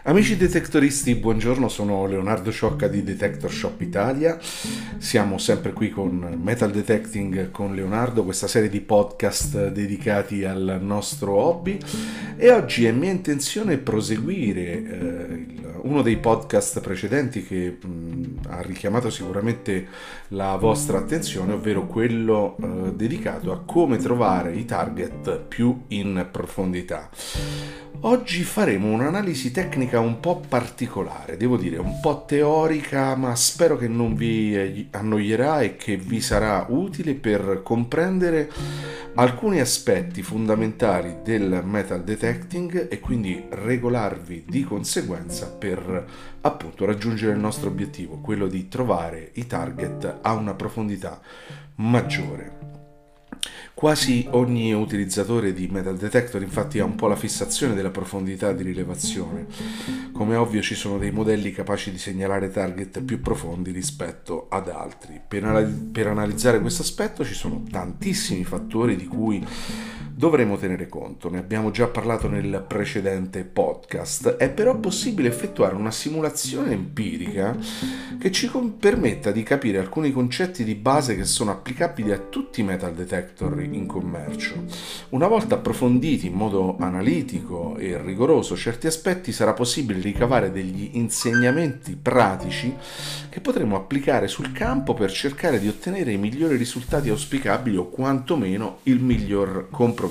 Amici detectoristi, buongiorno, sono Leonardo Ciocca di Detector Shop Italia. Siamo sempre qui con Metal Detecting con Leonardo, questa serie di podcast dedicati al nostro hobby, e oggi è mia intenzione proseguire uno dei podcast precedenti che ha richiamato sicuramente la vostra attenzione, ovvero quello dedicato a come trovare i target più in profondità. Oggi faremo un'analisi tecnica un po' particolare, devo dire un po' teorica, ma spero che non vi annoierà e che vi sarà utile per comprendere alcuni aspetti fondamentali del metal detecting e quindi regolarvi di conseguenza per appunto raggiungere il nostro obiettivo, quello di trovare i target a una profondità maggiore. Quasi ogni utilizzatore di metal detector infatti ha un po' la fissazione della profondità di rilevazione. Come ovvio ci sono dei modelli capaci di segnalare target più profondi rispetto ad altri. Per analizzare questo aspetto ci sono tantissimi fattori di cui dovremo tenere conto, ne abbiamo già parlato nel precedente podcast. È però possibile effettuare una simulazione empirica che ci permetta di capire alcuni concetti di base che sono applicabili a tutti i metal detector in commercio. Una volta approfonditi in modo analitico e rigoroso certi aspetti, sarà possibile ricavare degli insegnamenti pratici che potremo applicare sul campo per cercare di ottenere i migliori risultati auspicabili o quantomeno il miglior compromesso.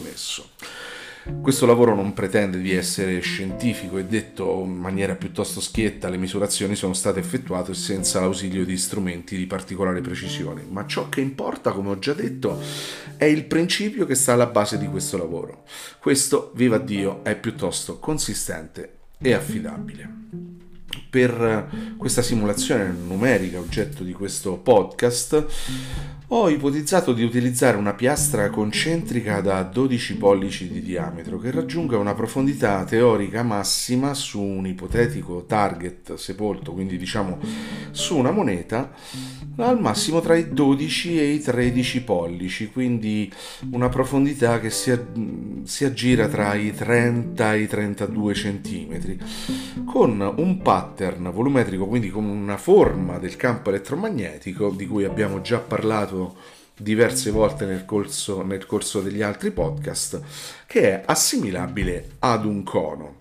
Questo lavoro non pretende di essere scientifico e, detto in maniera piuttosto schietta, le misurazioni sono state effettuate senza l'ausilio di strumenti di particolare precisione, ma ciò che importa, come ho già detto, è il principio che sta alla base di questo lavoro. Questo, viva Dio, è piuttosto consistente e affidabile. Per questa simulazione numerica oggetto di questo podcast ho ipotizzato di utilizzare una piastra concentrica da 12 pollici di diametro che raggiunga una profondità teorica massima su un ipotetico target sepolto, quindi diciamo su una moneta, al massimo tra i 12 e i 13 pollici, quindi una profondità che si aggira tra i 30 e i 32 centimetri, con un pattern volumetrico, quindi con una forma del campo elettromagnetico di cui abbiamo già parlato diverse volte nel corso degli altri podcast, che è assimilabile ad un cono.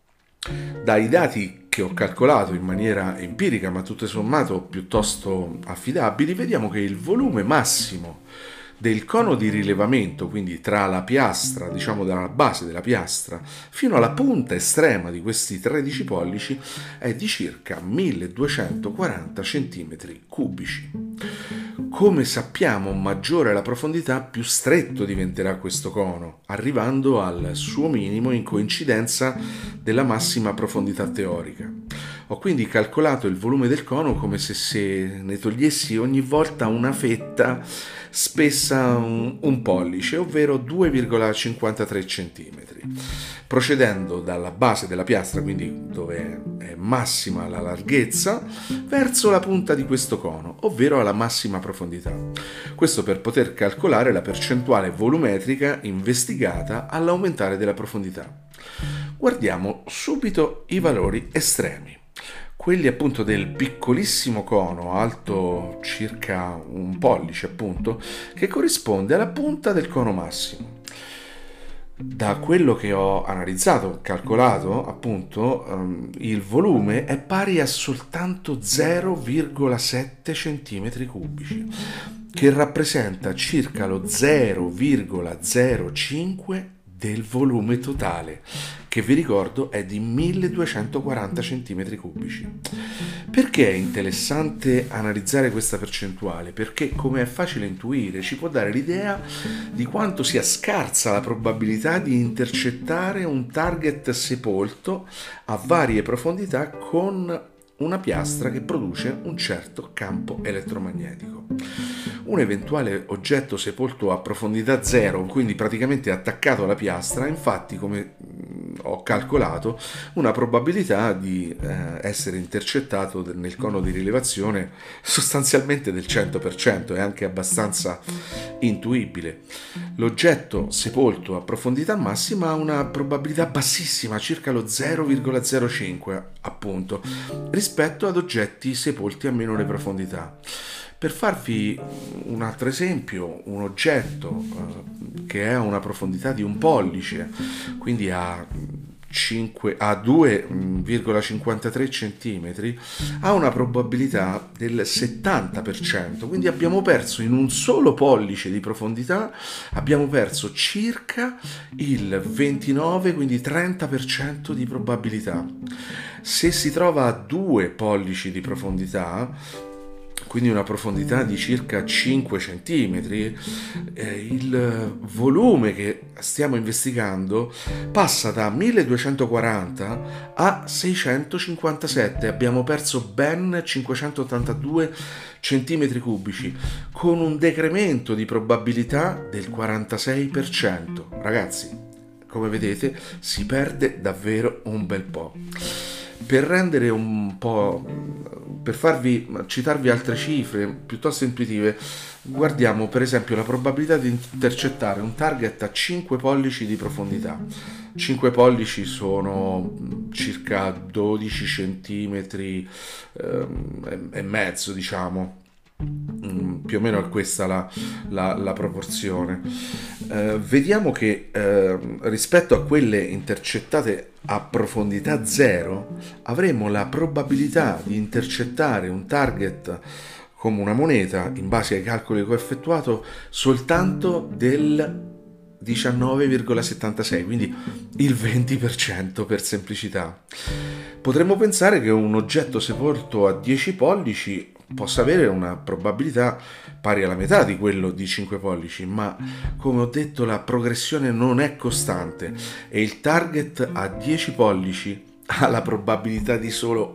Dai dati che ho calcolato in maniera empirica, ma tutto sommato piuttosto affidabili, vediamo che il volume massimo del cono di rilevamento, quindi tra la piastra, diciamo dalla base della piastra, fino alla punta estrema di questi 13 pollici, è di circa 1240 cm cubici. Come sappiamo, maggiore è la profondità, più stretto diventerà questo cono, arrivando al suo minimo in coincidenza della massima profondità teorica. Ho quindi calcolato il volume del cono come se ne togliessi ogni volta una fetta spessa un pollice, ovvero 2,53 cm, procedendo dalla base della piastra, quindi dove è massima la larghezza, verso la punta di questo cono, ovvero alla massima profondità. Questo per poter calcolare la percentuale volumetrica investigata all'aumentare della profondità. Guardiamo subito i valori estremi. Quelli appunto del piccolissimo cono, alto circa un pollice appunto, che corrisponde alla punta del cono massimo. Da quello che ho analizzato, calcolato, appunto, il volume è pari a soltanto 0,7 cm cubici, che rappresenta circa lo 0,05 del volume totale, che vi ricordo è di 1240 cm cubici. Perché è interessante analizzare questa percentuale? Perché, come è facile intuire, ci può dare l'idea di quanto sia scarsa la probabilità di intercettare un target sepolto a varie profondità con una piastra che produce un certo campo elettromagnetico. Un eventuale oggetto sepolto a profondità zero, quindi praticamente attaccato alla piastra, infatti, come ho calcolato una probabilità di essere intercettato nel cono di rilevazione sostanzialmente del 100%, è anche abbastanza intuibile. L'oggetto sepolto a profondità massima ha una probabilità bassissima, circa lo 0,05 appunto, rispetto ad oggetti sepolti a minore profondità. Per farvi un altro esempio, un oggetto che è a una profondità di 1 pollice, quindi a 2,53 cm, ha una probabilità del 70%, quindi abbiamo perso in un solo pollice di profondità, abbiamo perso circa il 29, quindi 30% di probabilità. Se si trova a 2 pollici di profondità, quindi una profondità di circa 5 cm, il volume che stiamo investigando passa da 1240 a 657, abbiamo perso ben 582 cm cubici, con un decremento di probabilità del 46%. Ragazzi, come vedete, si perde davvero un bel po'. Per rendere un po', per citarvi altre cifre piuttosto intuitive, guardiamo per esempio la probabilità di intercettare un target a 5 pollici di profondità. 5 pollici sono circa 12 centimetri e mezzo, diciamo. Più o meno è questa la proporzione. Vediamo che rispetto a quelle intercettate a profondità 0 avremo la probabilità di intercettare un target come una moneta, in base ai calcoli che ho effettuato, soltanto del 19,76, quindi il 20% per semplicità. Potremmo pensare che un oggetto sepolto a 10 pollici possa avere una probabilità pari alla metà di quello di 5 pollici, ma come ho detto la progressione non è costante e il target a 10 pollici ha la probabilità di solo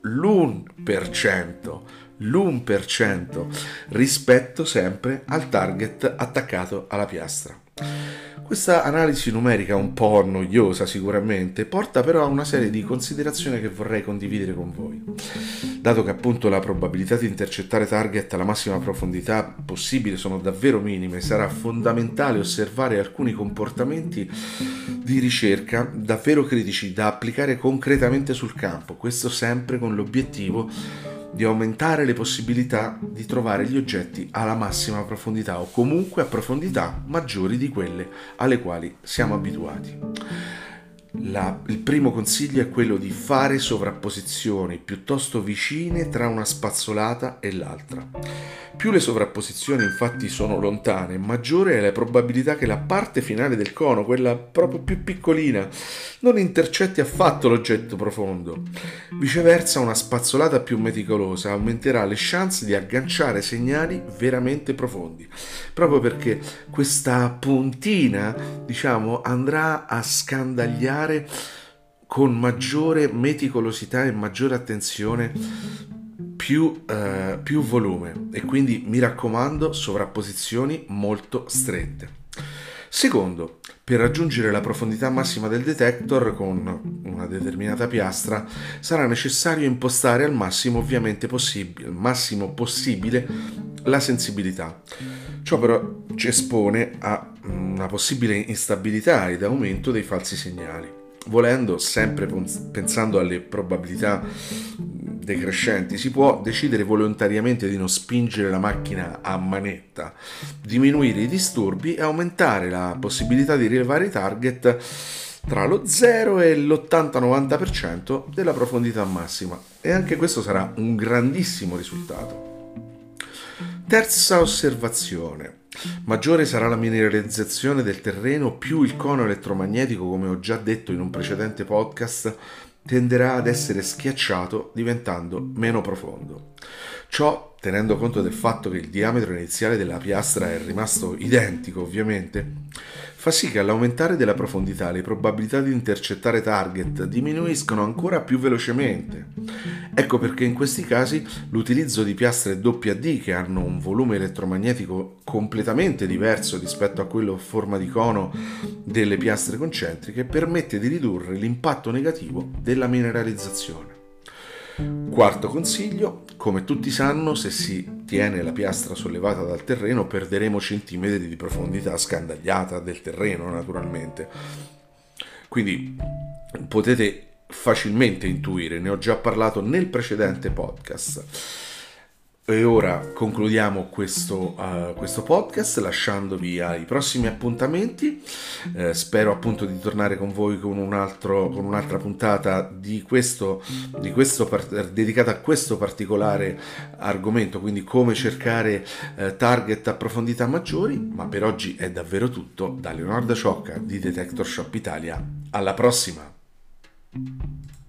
l'1% rispetto sempre al target attaccato alla piastra. Questa analisi numerica un po' noiosa sicuramente porta però a una serie di considerazioni che vorrei condividere con voi. Dato che appunto la probabilità di intercettare target alla massima profondità possibile sono davvero minime, sarà fondamentale osservare alcuni comportamenti di ricerca davvero critici da applicare concretamente sul campo, questo sempre con l'obiettivo di aumentare le possibilità di trovare gli oggetti alla massima profondità o comunque a profondità maggiori di quelle alle quali siamo abituati. Il primo consiglio è quello di fare sovrapposizioni piuttosto vicine tra una spazzolata e l'altra. Più le sovrapposizioni infatti sono lontane, maggiore è la probabilità che la parte finale del cono, quella proprio più piccolina, non intercetti affatto l'oggetto profondo. Viceversa, una spazzolata più meticolosa aumenterà le chance di agganciare segnali veramente profondi, proprio perché questa puntina, diciamo, andrà a scandagliare con maggiore meticolosità e maggiore attenzione più volume, e quindi mi raccomando sovrapposizioni molto strette. Secondo, per raggiungere la profondità massima del detector con una determinata piastra sarà necessario impostare al massimo possibile la sensibilità. Ciò però ci espone a una possibile instabilità ed aumento dei falsi segnali. Volendo, sempre pensando alle probabilità decrescenti, si può decidere volontariamente di non spingere la macchina a manetta, diminuire i disturbi e aumentare la possibilità di rilevare i target tra lo 0 e l'80-90% della profondità massima, e anche questo sarà un grandissimo risultato. Terza osservazione. Maggiore sarà la mineralizzazione del terreno, più il cono elettromagnetico, come ho già detto in un precedente podcast, tenderà ad essere schiacciato diventando meno profondo. Ciò tenendo conto del fatto che il diametro iniziale della piastra è rimasto identico, ovviamente, fa sì che all'aumentare della profondità le probabilità di intercettare target diminuiscono ancora più velocemente. Ecco perché in questi casi l'utilizzo di piastre WD che hanno un volume elettromagnetico completamente diverso rispetto a quello a forma di cono delle piastre concentriche permette di ridurre l'impatto negativo della mineralizzazione. Quarto consiglio: come tutti sanno, se si tiene la piastra sollevata dal terreno perderemo centimetri di profondità scandagliata del terreno, naturalmente. Quindi potete facilmente intuire, ne ho già parlato nel precedente podcast. E ora concludiamo questo podcast lasciandovi ai prossimi appuntamenti. Spero appunto di tornare con voi con un'altra puntata dedicata a questo particolare argomento, quindi come cercare target a profondità maggiori. Ma per oggi è davvero tutto. Da Leonardo Ciocca di Detector Shop Italia. Alla prossima!